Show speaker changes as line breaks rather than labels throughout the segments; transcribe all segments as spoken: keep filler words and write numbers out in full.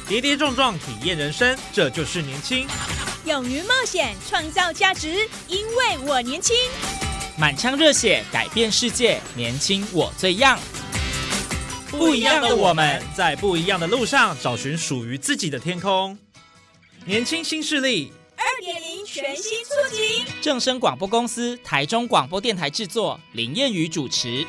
跌跌撞撞体验人生，这就是年轻。
勇于冒险，创造价值，因为我年轻。
满腔热血，改变世界，年轻我最样。
不一样的我们，在不一样的路上找寻属于自己的天空。年轻新势力
二点零 全新出击，
正声广播公司台中广播电台制作，林燕瑜主持。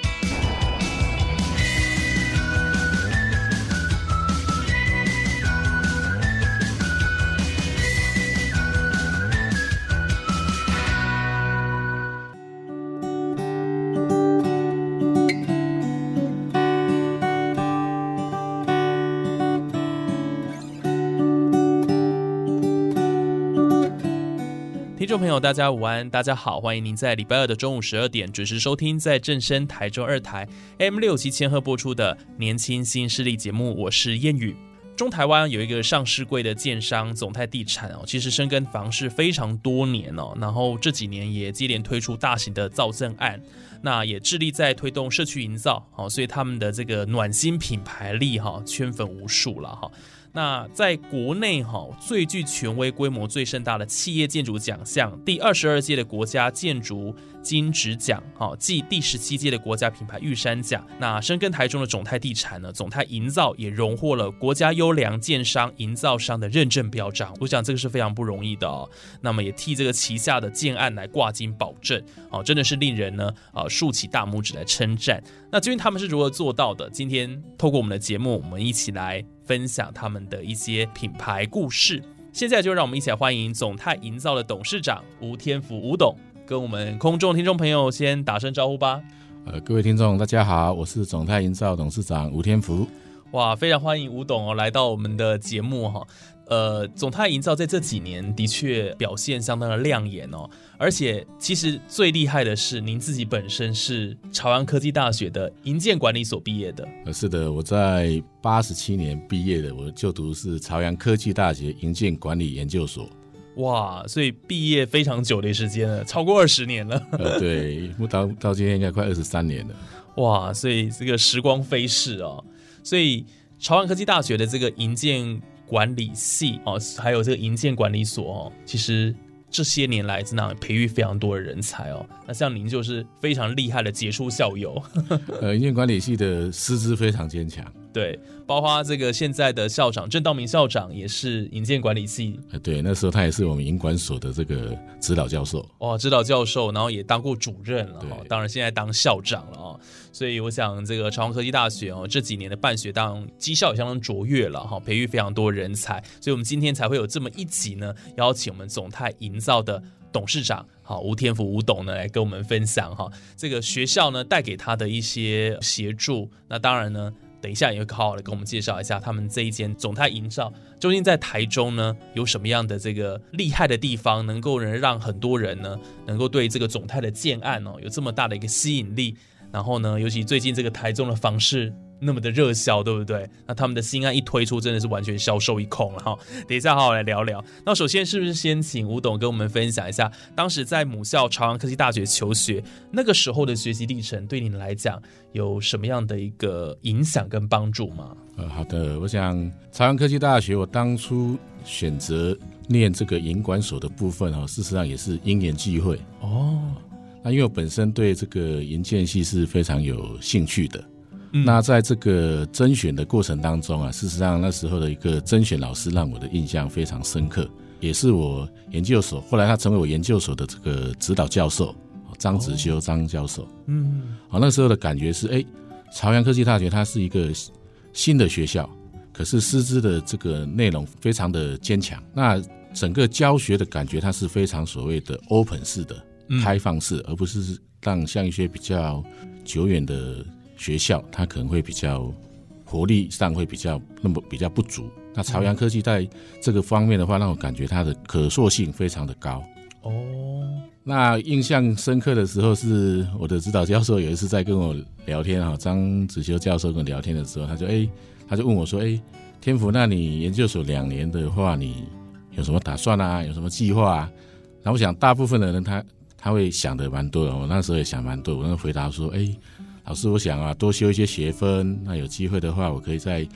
听众朋友大家午安，大家好，欢迎您在礼拜二的中午十二点准时收听在正声台中二台 A M 六七千赫播出的年轻新势力节目，我是燕宇。中台湾有一个上市柜的建商总泰地产哦，其实深耕房市非常多年哦，然后这几年也接连推出大型的造镇案，那也致力在推动社区营造，所以他们的这个暖心品牌力圈粉无数了哈。那在国内最具权威、规模最盛大的企业建筑奖项第二十二届的国家建筑金质奖，暨第十七届的国家品牌玉山奖。那深耕台中的总泰地产呢，总泰营造也荣获了国家优良建商营造商的认证标章，我想这个是非常不容易的哦。那么也替这个旗下的建案来挂金保证，真的是令人呢竖起大拇指来称赞。那究竟他们是如何做到的？今天透过我们的节目，我们一起来分享他们的一些品牌故事。现在就让我们一起来欢迎总泰营造的董事长吴天福吴董，跟我们空中听众朋友先打声招呼吧。
呃，各位听众大家好，我是总泰营造董事长吴天福。
哇，非常欢迎吴董哦来到我们的节目哈。呃，总泰营造在这几年的确表现相当的亮眼哦，而且其实最厉害的是您自己本身是朝阳科技大学的营建管理所毕业的。
呃，是的，我在八十七年毕业的，我就读是朝阳科技大学营建管理研究所。
哇，所以毕业非常久的时间了，超过二十年了。
呃，对，到到今天应该快二十三年了。
哇，所以这个时光飞逝哦。所以朝阳科技大学的这个营建管理系哦，还有这个营建管理所哦，其实这些年来真的培育非常多的人才哦。那像您就是非常厉害的杰出校友。
呃，营建管理系的师资非常坚强。
对，包括这个现在的校长郑道明校长也是营建管理系。
呃，对，那时候他也是我们营管所的这个指导教授。
哇，指导教授，然后也当过主任了，当然现在当校长了哦。所以我想这个朝阳科技大学哦，这几年的办学当然绩效也相当卓越了哈，培育非常多人才，所以我们今天才会有这么一集呢，邀请我们总泰营造的董事长好吴天福吴董呢来跟我们分享哈，这个学校呢带给他的一些协助。那当然呢，等一下也会好好的跟我们介绍一下他们这一间总泰营造究竟在台中呢有什么样的这个厉害的地方，能够让很多人呢能够对这个总泰的建案哦有这么大的一个吸引力。然后呢，尤其最近这个台中的房市那么的热销，对不对？那他们的新案一推出，真的是完全销售一空了哈。等一下好好来聊聊。那首先是不是先请吴董跟我们分享一下，当时在母校朝阳科技大学求学，那个时候的学习历程，对你来讲有什么样的一个影响跟帮助吗？
呃，好的，我想朝阳科技大学，我当初选择念这个营管所的部分，事实上也是因缘际会哦。那因为我本身对这个营建系是非常有兴趣的，嗯、那在这个甄选的过程当中啊，事实上那时候的一个甄选老师让我的印象非常深刻，也是我研究所后来他成为我研究所的这个指导教授张子修张教授。嗯，好，那时候的感觉是，哎，朝阳科技大学它是一个新的学校，可是师资的这个内容非常的坚强，那整个教学的感觉它是非常所谓的 open 式的。开放式，而不是让像一些比较久远的学校，它可能会比较活力上会比较那么比较不足。那朝阳科技在这个方面的话，让我感觉它的可塑性非常的高。哦，那印象深刻的时候是我的指导教授有一次在跟我聊天啊，张子修教授跟我聊天的时候，他就哎、欸，他就问我说，哎、欸，天福，那你研究所两年的话，你有什么打算啊？有什么计划啊？那我想大部分的人他他会想的蛮多的，我那时候也想蛮多，我那回答说，哎、欸，老师，我想啊，多修一些学分，那有机会的话，我可以再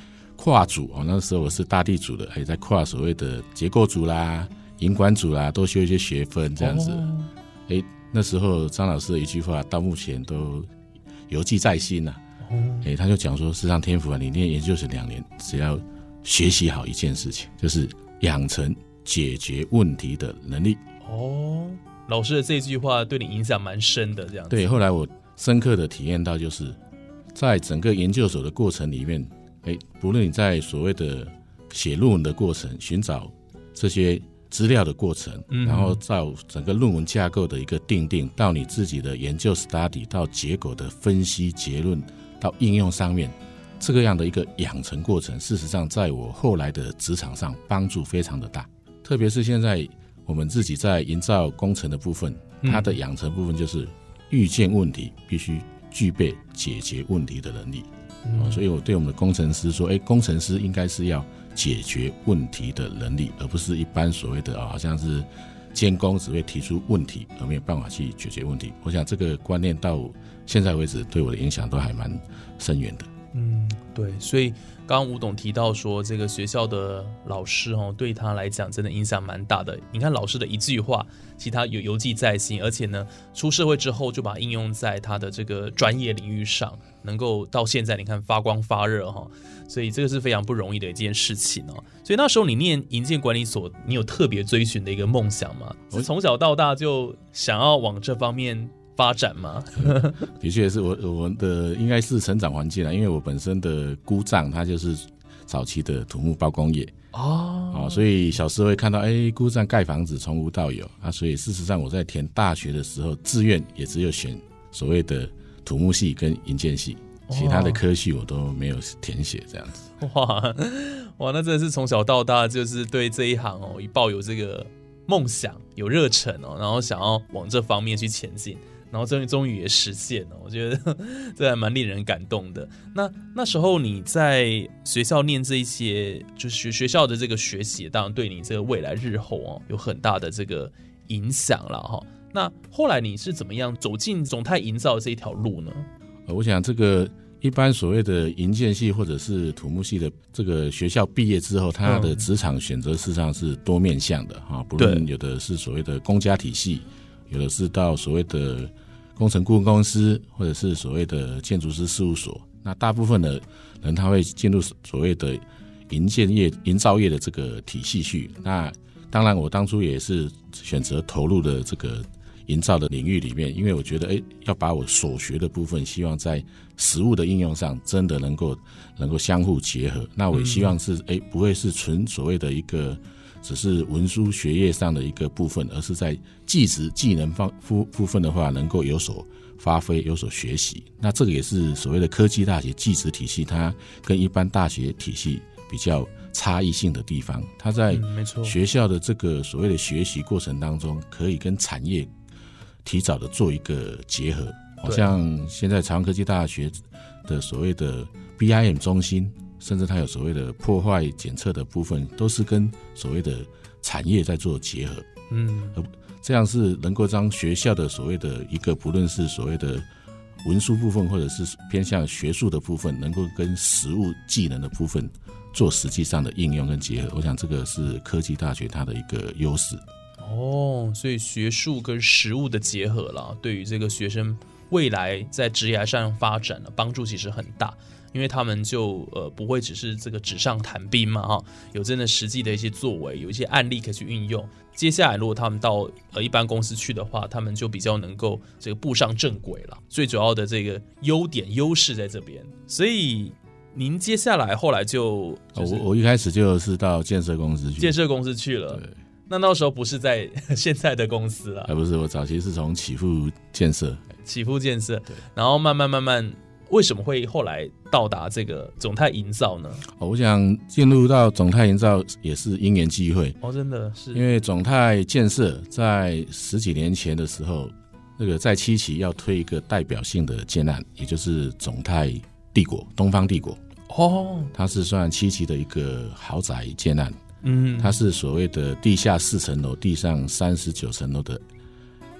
跨组哦，那时候我是大地组的，还在跨所谓的结构组啦、营管组啦，都修一些学分这样子。哎、哦，那时候张老师的一句话到目前都犹记在心呐、啊。哎、哦，他就讲说，事实上天福啊，你念研究生两年，只要学习好一件事情，就是养成解决问题的能力。
哦，老师的这句话对你影响蛮深的，这样子。
对，后来我深刻的体验到，就是在整个研究所的过程里面，哎，不论你在所谓的写论文的过程，寻找这些资料的过程，嗯、然后到整个论文架构的一个定定，到你自己的研究 study， 到结果的分析结论，到应用上面，这个样的一个养成过程，事实上在我后来的职场上帮助非常的大。特别是现在我们自己在营造工程的部分，它的养成部分就是预见问题，必须具备解决问题的能力。嗯、所以我对我们的工程师说，哎，工程师应该是要解决问题的能力，而不是一般所谓的、哦、好像是监工只会提出问题而没有办法去解决问题。我想这个观念到现在为止对我的影响都还蛮深远的。
嗯，对，所以刚刚吴董提到说，这个学校的老师哦，对他来讲真的影响蛮大的。你看老师的一句话，其实他有犹记在心，而且呢，出社会之后就把它应用在他的这个专业领域上，能够到现在你看发光发热哈，所以这个是非常不容易的一件事情哦。所以那时候你念营建管理所，你有特别追寻的一个梦想吗？是从小到大就想要往这方面发展吗？
的确是我我的应该是成长环境啦，因为我本身的姑丈他就是早期的土木包工业哦，哦所以小时候会看到哎姑丈盖房子从无到有啊，所以事实上我在填大学的时候志愿也只有选所谓的土木系跟营建系，其他的科系我都没有填写这样子。
哇哇，那真的是从小到大就是对这一行哦抱有这个梦想有热忱哦，然后想要往这方面去前进。然后终于终于也实现了，我觉得这还蛮令人感动的。那那时候你在学校念这一些，就是学校的这个学习，当然对你这个未来日后哦有很大的这个影响了哈。那后来你是怎么样走进总泰营造这一条路呢？
呃，我想这个一般所谓的营建系或者是土木系的这个学校毕业之后，他的职场选择事实上是多面向的哈，不论有的是所谓的公家体系，有的是到所谓的工程顾问公司，或者是所谓的建筑师事务所。那大部分的人他会进入所谓的营建业、营造业的这个体系去。那当然，我当初也是选择投入的这个营造的领域里面，因为我觉得，哎，要把我所学的部分，希望在实务的应用上，真的能够能够相互结合。那我也希望是，哎，不会是纯所谓的一个只是文书学业上的一个部分，而是在技职技能方部分的话，能够有所发挥，有所学习。那这个也是所谓的科技大学技职体系，它跟一般大学体系比较差异性的地方。它在学校的这个所谓的学习过程当中，可以跟产业提早的做一个结合。好像现在台湾科技大学的所谓的 B I M 中心，甚至它有所谓的破坏检测的部分，都是跟所谓的产业在做结合。嗯，这样是能够让学校的所谓的一个，不论是所谓的文书部分，或者是偏向学术的部分，能够跟实务技能的部分做实际上的应用跟结合。我想这个是科技大学它的一个优势。
哦，所以学术跟实务的结合啦，对于这个学生未来在职业上发展的帮助其实很大。因为他们就呃不会只是这个纸上谈兵嘛哈，有真的实际的一些作为，有一些案例可以去运用。接下来如果他们到呃一般公司去的话，他们就比较能够这个步上正轨了。最主要的这个优点优势在这边，所以您接下来后来就、就是、
我我一开始就是到建设公司去，
建设公司去了。对，那那时候不是在现在的公司了，
还不是，我早期是从启富建设，
启富建设，然后慢慢慢慢。为什么会后来到达这个总泰营造呢？
哦，我想进入到总泰营造也是因缘际会
哦，真的是
因为总泰建设在十几年前的时候，那个在七期要推一个代表性的建案，也就是总泰帝国东方帝国哦，它是算七期的一个豪宅建案，嗯，它是所谓的地下四层楼，地上三十九层楼的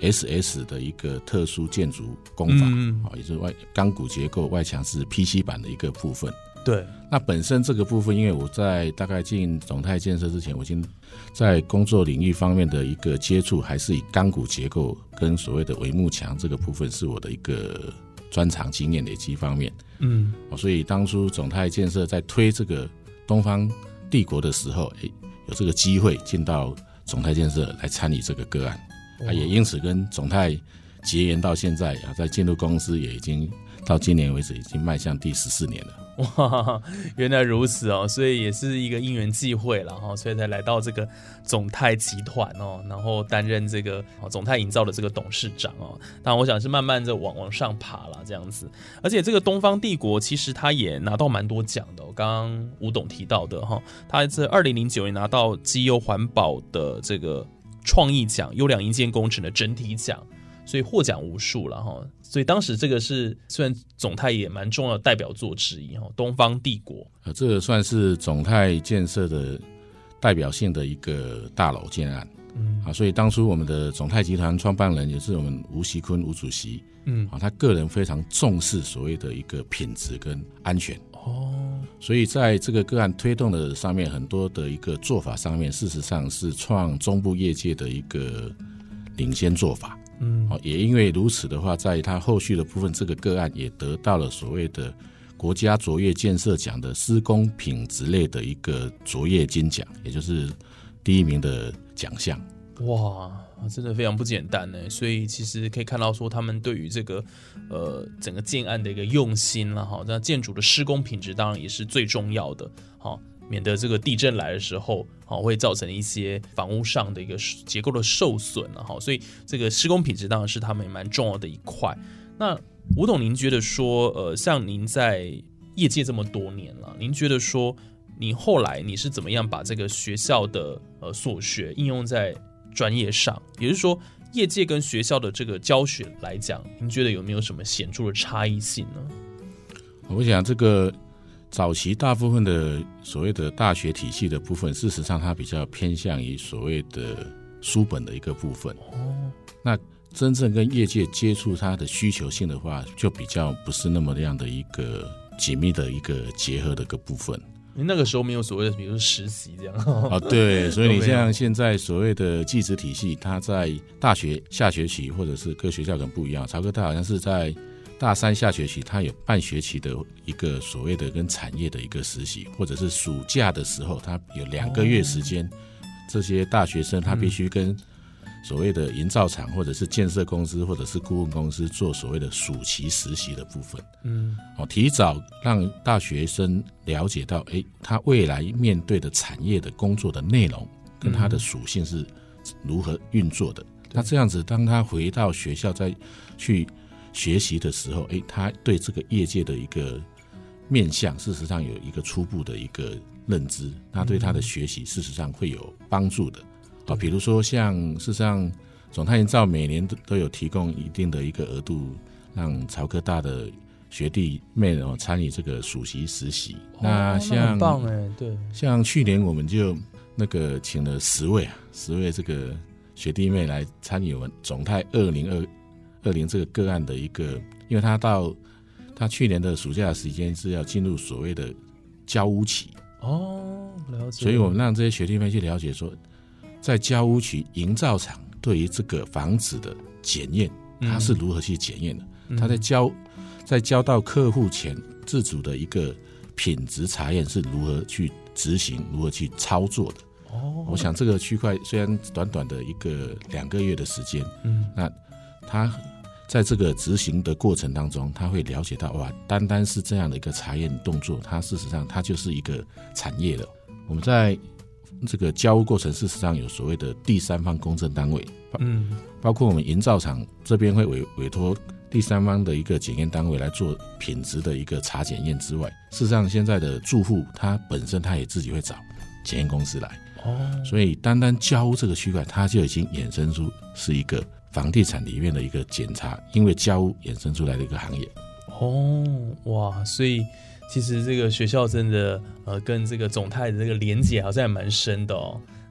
S S 的一个特殊建筑工法，嗯，也就是外钢骨结构，外墙是 P C 板的一个部分。
对，
那本身这个部分，因为我在大概进总泰建设之前，我已经在工作领域方面的一个接触，还是以钢骨结构跟所谓的帷幕墙这个部分是我的一个专长经验累积方面。嗯，所以当初总泰建设在推这个东方帝国的时候，诶，有这个机会进到总泰建设来参与这个个案，啊，也因此跟总泰结缘到现在啊，在进入公司也已经到今年为止已经迈向第十四年了。
哇，原来如此哦，所以也是一个因缘际会了哈，所以才来到这个总泰集团哦，然后担任这个总泰营造的这个董事长哦。当然，我想是慢慢的往往上爬了这样子。而且这个东方帝国其实他也拿到蛮多奖的、哦，刚刚吴董提到的哈，他在二零零九年拿到绩优环保的这个创意奖、优良营建工程的整体奖。所以获奖无数了哈，所以当时这个是虽然总泰也蛮重要的代表作之一哈，东方帝国，
呃，这个算是总泰建设的代表性的一个大楼建案，嗯，啊，所以当初我们的总泰集团创办人也是我们吴锡坤吴主席，嗯，啊，他个人非常重视所谓的一个品质跟安全，哦，所以在这个个案推动的上面，很多的一个做法上面，事实上是创中部业界的一个领先做法。嗯，也因为如此的话，在他后续的部分，这个个案也得到了所谓的国家卓越建设奖的施工品质类的一个卓越金奖，也就是第一名的奖项。
哇，真的非常不简单呢。所以其实可以看到说，他们对于这个呃整个建案的一个用心了哈。那建筑的施工品质当然也是最重要的哈。免得这个地震来的时候，好会造成一些房屋上的一个结构的受损了哈，所以这个施工品质当然是他们蛮重要的一块。那吴董，您觉得说，呃，像您在业界这么多年了，您觉得说，你后来你是怎么样把这个学校的呃所学应用在专业上？也就是说，业界跟学校的这个教学来讲，您觉得有没有什么显著的差异性呢？
我想这个。早期大部分的所谓的大学体系的部分，事实上它比较偏向于所谓的书本的一个部分。哦，那真正跟业界接触它的需求性的话，就比较不是那么样的一个紧密的一个结合的一个部分。
那个时候没有所谓的，比如说实习这样。
哦，对，所以你像现在所谓的技职体系，它在大学下学期或者是各学校可能不一样，潮科大好像是在大三下学期，他有半学期的一个所谓的跟产业的一个实习，或者是暑假的时候，他有两个月时间，哦，这些大学生他必须跟所谓的营造厂或者是建设公司或者是顾问公司做所谓的暑期实习的部分。嗯，哦，提早让大学生了解到，哎，他未来面对的产业的工作的内容跟他的属性是如何运作的。嗯，那这样子，当他回到学校再去学习的时候，诶，他对这个业界的一个面向，事实上有一个初步的一个认知，他对他的学习事实上会有帮助的。啊，比如说像事实上总泰营造每年都有提供一定的一个额度，让潮科大的学弟妹哦参与这个暑期实习。哦，那像
那很棒哎，对，
像去年我们就那个请了十位啊，十位这个学弟妹来参与我们总泰二零二。二零这个个案的一个，因为他到他去年的暑假的时间是要进入所谓的交屋期
哦，了解。
所以我们让这些学弟妹去了解说，在交屋期营造厂对于这个房子的检验，它是如何去检验的？嗯，他在交在交到客户前，自主的一个品质查验是如何去执行，如何去操作的？哦，我想这个区块虽然短短的一个两个月的时间，嗯，那他在这个执行的过程当中，他会了解到，哇，单单是这样的一个查验动作，它事实上它就是一个产业了。我们在这个交屋过程，事实上有所谓的第三方公证单位，嗯，包括我们营造厂这边会委委托第三方的一个检验单位来做品质的一个查检验之外，事实上现在的住户他本身他也自己会找检验公司来，哦，所以单单交屋这个区块，它就已经衍生出是一个房地产里面的一个检查，因为交屋衍生出来的一个行业。
哦，哇，所以其实这个学校真的呃跟这个总泰的这个连结好像也蛮深的哦。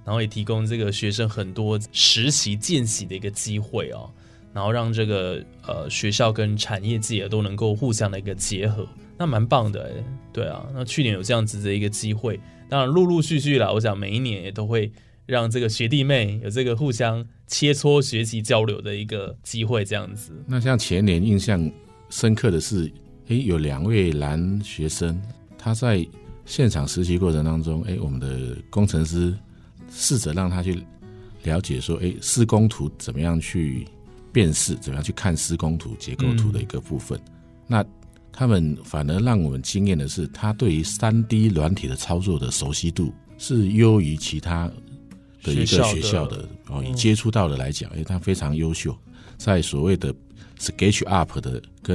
然后也提供这个学生很多实习见习的一个机会哦，然后让这个呃学校跟产业界都能够互相的一个结合，那蛮棒的哎。对啊，那去年有这样子的一个机会，当然陆陆续续啦，我想每一年也都会让这个学弟妹有这个互相切磋学习交流的一个机会这样子。
那像前年印象深刻的是，诶，有两位男学生，他在现场实习过程当中，诶，我们的工程师试着让他去了解说，诶，施工图怎么样去辨识，怎么样去看施工图、结构图的一个部分。嗯、那他们反而让我们惊艳的是，他对于 三 D 软体的操作的熟悉度是优于其他的一个学校的哦，以接触到的来讲，诶，他非常优秀，在所谓的 SketchUp 的跟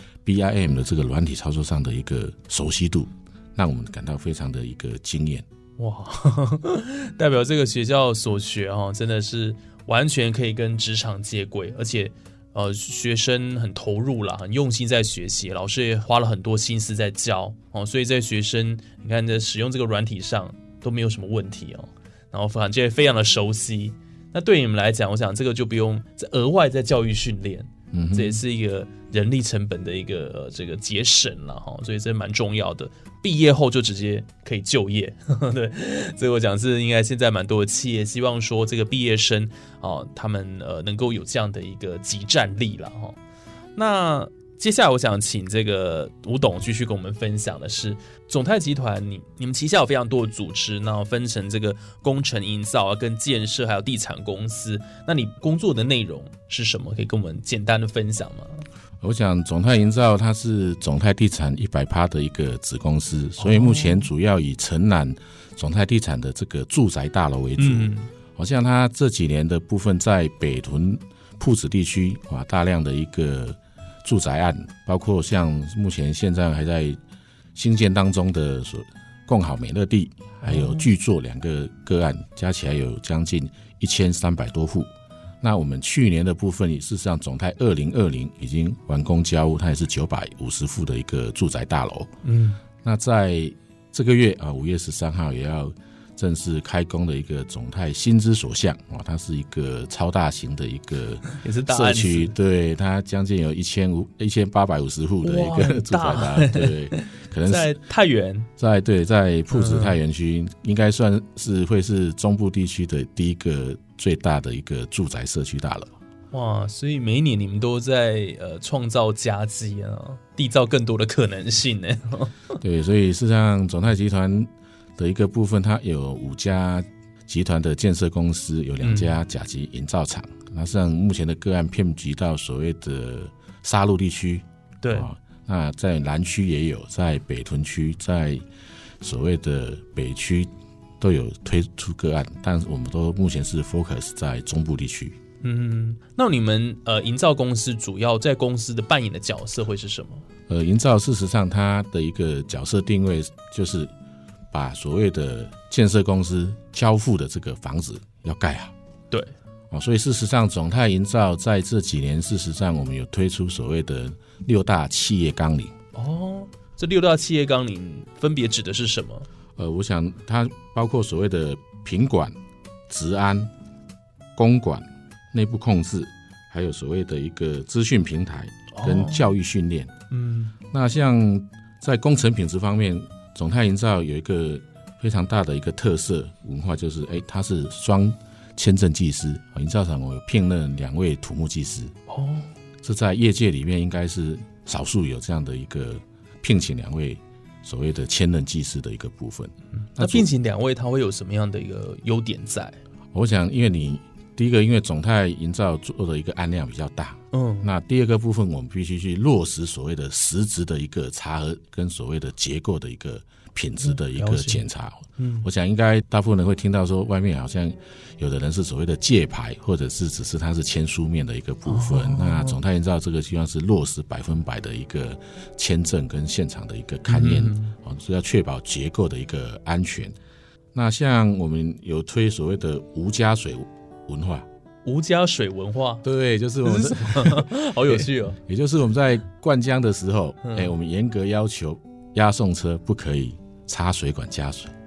B I M 的这个软体操作上的一个熟悉度，让我们感到非常的一个惊艳。
哇，代表这个学校所学哦，真的是完全可以跟职场接轨，而且呃，学生很投入啦，很用心在学习，老师也花了很多心思在教哦，所以在学生你看在使用这个软体上都没有什么问题哦，然后反正非常的熟悉。那对你们来讲，我想这个就不用额外在教育训练。嗯，这也是一个人力成本的一个、呃、这个节省了哈，所以这蛮重要的。毕业后就直接可以就业，呵呵对，所以我讲是应该现在蛮多的企业希望说这个毕业生哦，他们呃能够有这样的一个即战力了哈。那接下来我想请这个吴董继续跟我们分享的是，总泰集团你你们旗下有非常多的组织，那分成这个工程营造啊、跟建设还有地产公司，那你工作的内容是什么？可以跟我们简单的分享吗？
我想总泰营造它是总泰地产 百分之百 的一个子公司，所以目前主要以承揽总泰地产的这个住宅大楼为主。嗯，好像它这几年的部分在北屯朴子地区哇，大量的一个住宅案，包括像目前现在还在新建当中的共好美乐地，还有巨作两个个案，加起来有将近一千三百多户。那我们去年的部分，事实上总泰二零二零已经完工交屋，它也是九百五十户的一个住宅大楼。嗯，那在这个月啊，五月十三号也要正式开工的一个总泰新之所向，哇，它是一个超大型的一个社区，对，它将近有一千五一千八百五十户的一个住宅大楼，对，可能
在太原，
在对在朴子太原区，嗯，应该算是会是中部地区的第一个最大的一个住宅社区大楼。
哇，所以每一年你们都在呃创造佳绩啊，缔造更多的可能性呢。
对，所以事实上总泰集团的一个部分，它有五家集团的建设公司，有两家甲级营造厂。嗯，那实际上目前的个案遍及到所谓的沙鹿地区，
对，
哦，那在南区也有，在北屯区，在所谓的北区都有推出个案，但我们都目前是 focus 在中部地区。
嗯，那你们呃营造公司主要在公司的扮演的角色会是什么？
呃，营造事实上它的一个角色定位就是把所谓的建设公司交付的这个房子要盖好。
对，
哦，所以事实上总泰营造在这几年，事实上我们有推出所谓的六大企业纲领。
哦，这六大企业纲领分别指的是什么？
呃，我想它包括所谓的品管、职安、公管、内部控制，还有所谓的一个资讯平台跟教育训练。哦，嗯，那像在工程品质方面，总泰营造有一个非常大的一个特色文化，就是哎，它是双签证技师。营造厂我有聘任两位土木技师。哦，这在业界里面应该是少数有这样的一个聘请两位所谓的签任技师的一个部分。
嗯，那聘请两位他会有什么样的一个优点在？
我想因为你第一个，因为总泰营造做的一个案量比较大，嗯，那第二个部分我们必须去落实所谓的实质的一个查核跟所谓的结构的一个品质的一个检查。嗯，我想应该大部分人会听到说，外面好像有的人是所谓的借牌，或者是只是他是签书面的一个部分。哦，那总泰营造这个希望是落实百分百的一个签证跟现场的一个勘验，嗯，哦，是要确保结构的一个安全。那像我们有推所谓的无加水文化，
无加水文化，
对，就是我们是
好有趣哦。
也就是我们在灌浆的时候，嗯，欸，我们严格要求押送车不可以插水管加水。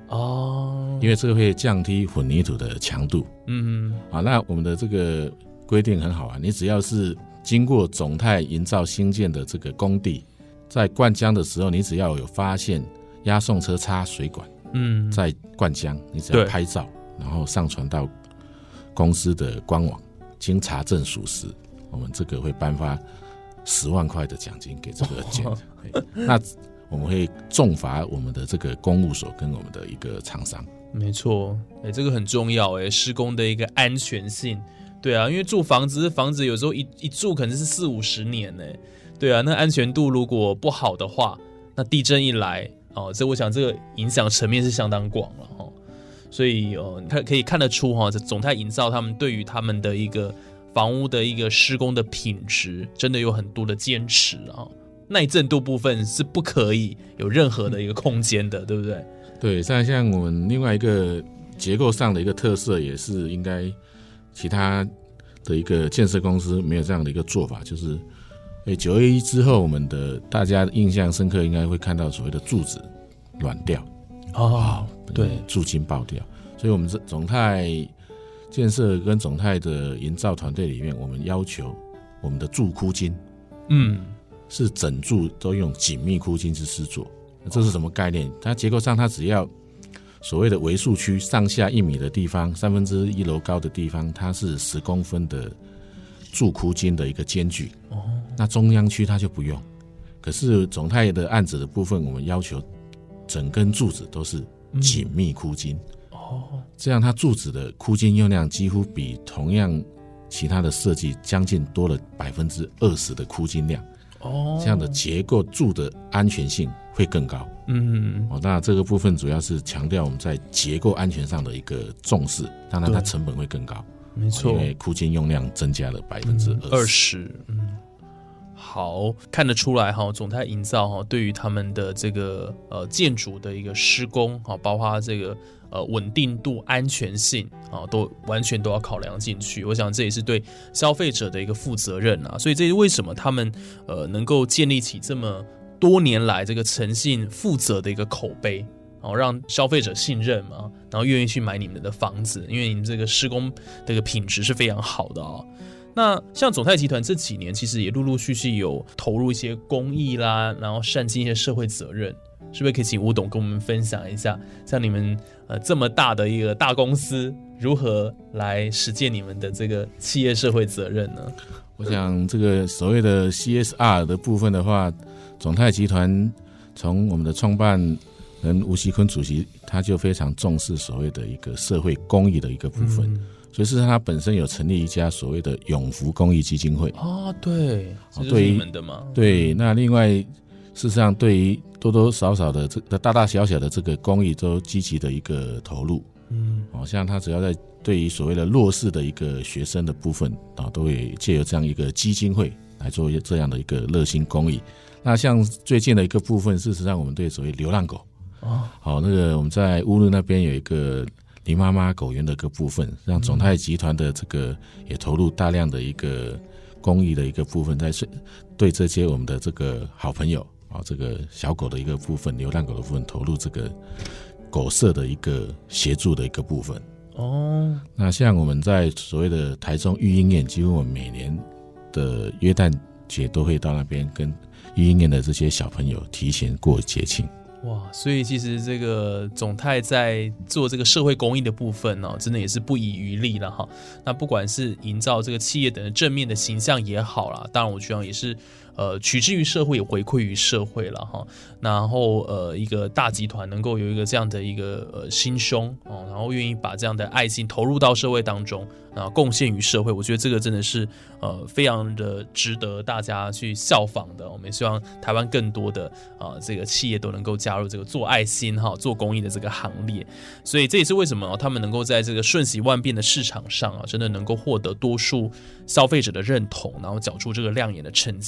哦，因为这个会降低混凝土的强度。嗯，啊，那我们的这个规定很好啊，你只要是经过总泰营造新建的这个工地，在灌浆的时候，你只要有发现押送车插水管，嗯，在灌浆，你只要拍照，然后上传到公司的官网，经查证属实，我们这个会颁发十万块的奖金给这个建筑。那我们会重罚我们的这个公务所跟我们的一个厂商。
没错，哎，这个很重要，哎，施工的一个安全性。对啊，因为住房子，房子有时候一一住可能是四五十年呢。对啊，那安全度如果不好的话，那地震一来，哦，这我想这个影响层面是相当广了哈。所以哦，可可以看得出哈，这总泰营造他们对于他们的一个房屋的一个施工的品质，真的有很多的坚持啊。耐震度部分是不可以有任何的一个空间的，对不对？
对，像像我们另外一个结构上的一个特色，也是应该其他的一个建设公司没有这样的一个做法，就是九二一之后，我们的大家印象深刻，应该会看到所谓的柱子软掉
哦，对，
铸筋爆掉，所以我们总泰建设跟总泰的营造团队里面，我们要求我们的柱箍筋，嗯。是整柱都用紧密箍筋去施作，这是什么概念？它结构上，它只要所谓的微束区上下一米的地方，三分之一楼高的地方，它是十公分的柱箍筋的一个间距。哦，那中央区它就不用。可是总泰的案子的部分，我们要求整根柱子都是紧密箍筋。哦、嗯，这样它柱子的箍筋用量几乎比同样其他的设计将近多了百分之二十的箍筋量。哦，这样的结构柱的安全性会更高。嗯，哦，那这个部分主要是强调我们在结构安全上的一个重视，当然它成本会更高。
没错，
因为箍筋用量增加了百分之二十。
嗯，好，看得出来哈，总泰营造哈对于他们的这个呃建筑的一个施工哈，包括这个呃稳定度、安全性啊，都完全都要考量进去。我想这也是对消费者的一个负责任啊。所以这是为什么他们呃能够建立起这么多年来这个诚信、负责的一个口碑。哦，让消费者信任嘛，然后愿意去买你们的房子，因为你们这个施工这个品质是非常好的哦。那像总泰集团这几年其实也陆陆续续有投入一些公益啦，然后善尽一些社会责任，是不是可以请吴董跟我们分享一下，像你们呃这么大的一个大公司，如何来实践你们的这个企业社会责任呢？
我想这个所谓的 C S R 的部分的话，总泰集团从我们的创办跟吴锡坤主席他就非常重视所谓的一个社会公益的一个部分、嗯、所以事实上他本身有成立一家所谓的永福公益基金会。
哦，对，这就是你们的嘛。
对，那另外事实上对于多多少少的这大大小小的这个公益都积极的一个投入。嗯，哦，像他只要在对于所谓的弱势的一个学生的部分啊，都会借由这样一个基金会来做这样的一个热心公益。那像最近的一个部分，事实上我们对所谓流浪狗哦，好，那个我们在乌日那边有一个林妈妈狗园的一个部分，让总泰集团的这个也投入大量的一个公益的一个部分，在对这些我们的这个好朋友啊，这个小狗的一个部分，流浪狗的部分，投入这个狗舍的一个协助的一个部分。哦，那像我们在所谓的台中育婴院，几乎我们每年的约旦节都会到那边跟育婴院的这些小朋友提前过节庆。
哇，所以其实这个总泰在做这个社会公益的部分哦，真的也是不遗余力了哈。那不管是营造这个企业等的正面的形象也好啦，当然我觉得也是呃取之于社会，也回馈于社会了哈。然后呃一个大集团能够有一个这样的一个呃心胸哦，然后愿意把这样的爱心投入到社会当中，然后贡献于社会，我觉得这个真的是呃非常的值得大家去效仿的。我们也希望台湾更多的啊、呃、这个企业都能够加入这个做爱心哈、做公益的这个行列。所以这也是为什么、哦、他们能够在这个瞬息万变的市场上啊，真的能够获得多数消费者的认同，然后缴出这个亮眼的成绩单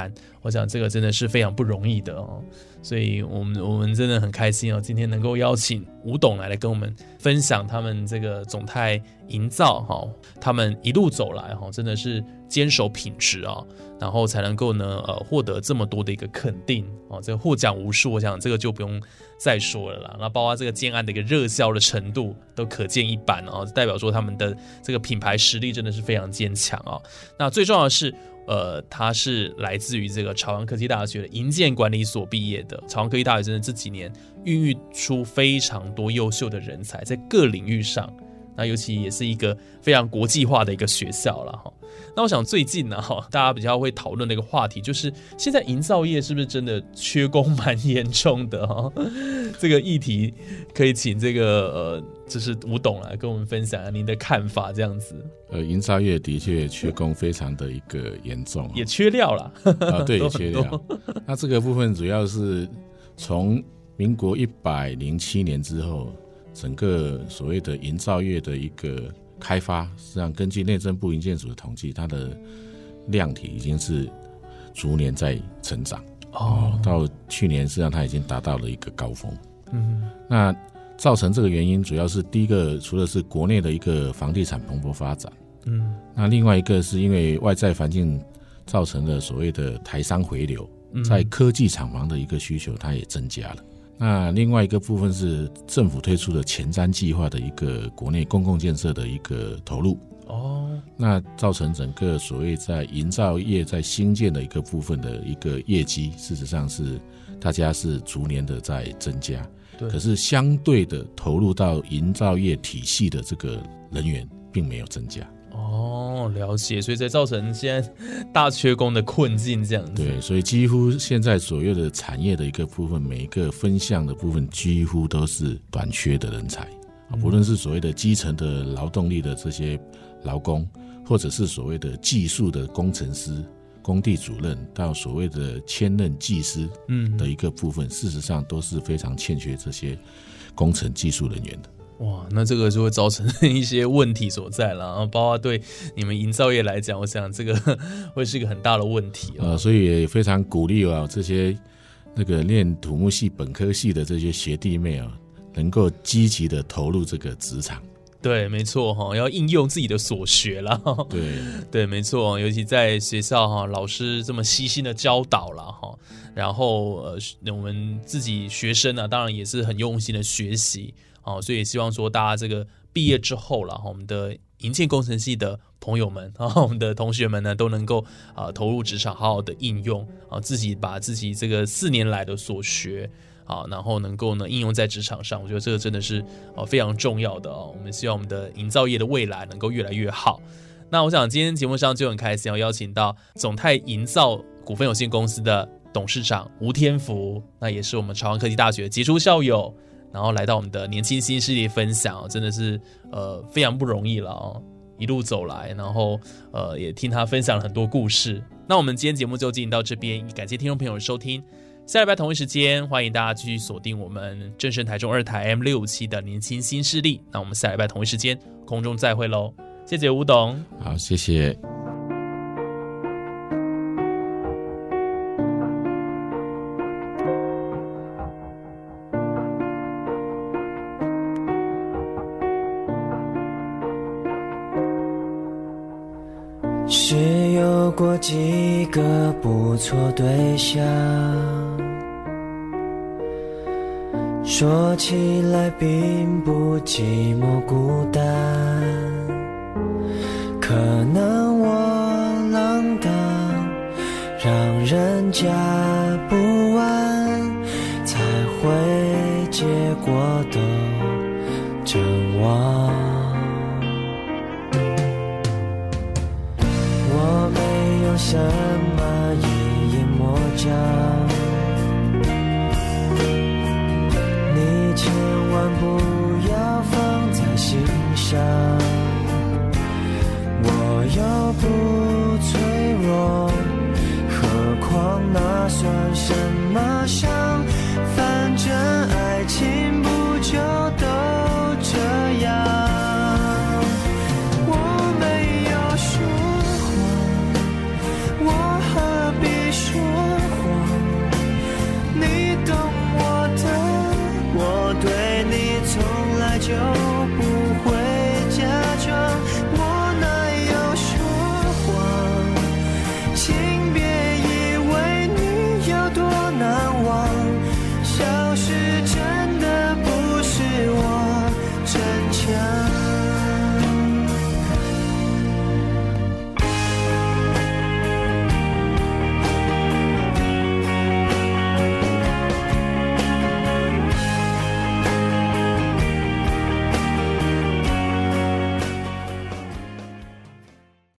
案，我想这个真的是非常不容易的哦。所以我们我们真的很开心哦，今天能够邀请吴董来来跟我们分享他们这个总泰营造哈、哦，他们一路走来哈、哦，真的是坚守品质啊、哦，然后才能够呢呃获得这么多的一个肯定哦，这个获奖无数，我想这个就不用再说了啦。那包括这个建案的一个热销的程度都可见一斑哦，代表说他们的这个品牌实力真的是非常坚强啊、哦。那最重要的是。呃，他是来自于这个朝阳科技大学的营建管理所毕业的。朝阳科技大学真的这几年孕育出非常多优秀的人才，在各领域上，那尤其也是一个非常国际化的一个学校了哈。那我想最近呢、啊，大家比较会讨论的一个话题，就是现在营造业是不是真的缺工蛮严重的哈？这个议题可以请这个呃，就是吴董来跟我们分享下您的看法，这样子。
呃，营造业的确缺工非常的一个严重，
也缺料啦。
啊，对，也缺料。那这个部分主要是从民国一百零七年之后，整个所谓的营造业的一个开发，实际上根据内政部营建署的统计，它的量体已经是逐年在成长。哦，到去年实际上它已经达到了一个高峰。嗯，那造成这个原因，主要是第一个，除了是国内的一个房地产蓬勃发展，嗯，那另外一个是因为外在环境造成了所谓的台商回流，在科技厂房的一个需求，它也增加了。那另外一个部分是政府推出的前瞻计划的一个国内公共建设的一个投入。哦，那造成整个所谓在营造业在新建的一个部分的一个业绩，事实上是大家是逐年的在增加。可是相对的投入到营造业体系的这个人员并没有增加。
哦，了解，所以才造成现在大缺工的困境这样子。
对，所以几乎现在所有的产业的一个部分，每一个分项的部分几乎都是短缺的人才，嗯、不论是所谓的基层的劳动力的这些劳工，或者是所谓的技术的工程师、工地主任，到所谓的签任技师的一个部分，嗯、事实上都是非常欠缺这些工程技术人员的。
哇，那这个就会造成一些问题所在了，然后包括对你们营造业来讲，我想这个会是一个很大的问题、哦、
呃，所以也非常鼓励啊这些那个念土木系本科系的这些学弟妹啊，能够积极的投入这个职场。
对，没错哈，要应用自己的所学啦。
对
对，没错，尤其在学校哈，老师这么悉心的教导啦哈，然后呃，我们自己学生呢、啊，当然也是很用心的学习。哦，所以也希望说大家这个毕业之后了，我们的营建工程系的朋友们，我们的同学们呢，都能够啊、呃、投入职场，好好的应用啊，自己把自己这个四年来的所学啊，然后能够呢应用在职场上，我觉得这个真的是啊非常重要的哦。我们希望我们的营造业的未来能够越来越好。那我想今天节目上就很开心要邀请到总泰营造股份有限公司的董事长吴天福，那也是我们朝阳科技大学杰出校友。然后来到我们的年轻新势力分享，真的是呃非常不容易了哦，一路走来，然后呃也听他分享了很多故事。那我们今天节目就进行到这边，感谢听众朋友的收听。下礼拜同一时间，欢迎大家继续锁定我们正声台中二台 M 六五七 的年轻新势力。那我们下礼拜同一时间空中再会喽，谢谢吴董。
好，谢谢。
是有过几个不错对象，说起来并不寂寞孤单，可能我浪荡，让人家不安，才会结果都真忘。什么一言莫讲，你千万不要放在心上，我又不脆弱，何况那算什么伤，反正爱情不就都这样。我没有说我何必说就不会假装，我哪有说谎？请别以为你有多难忘，消失真。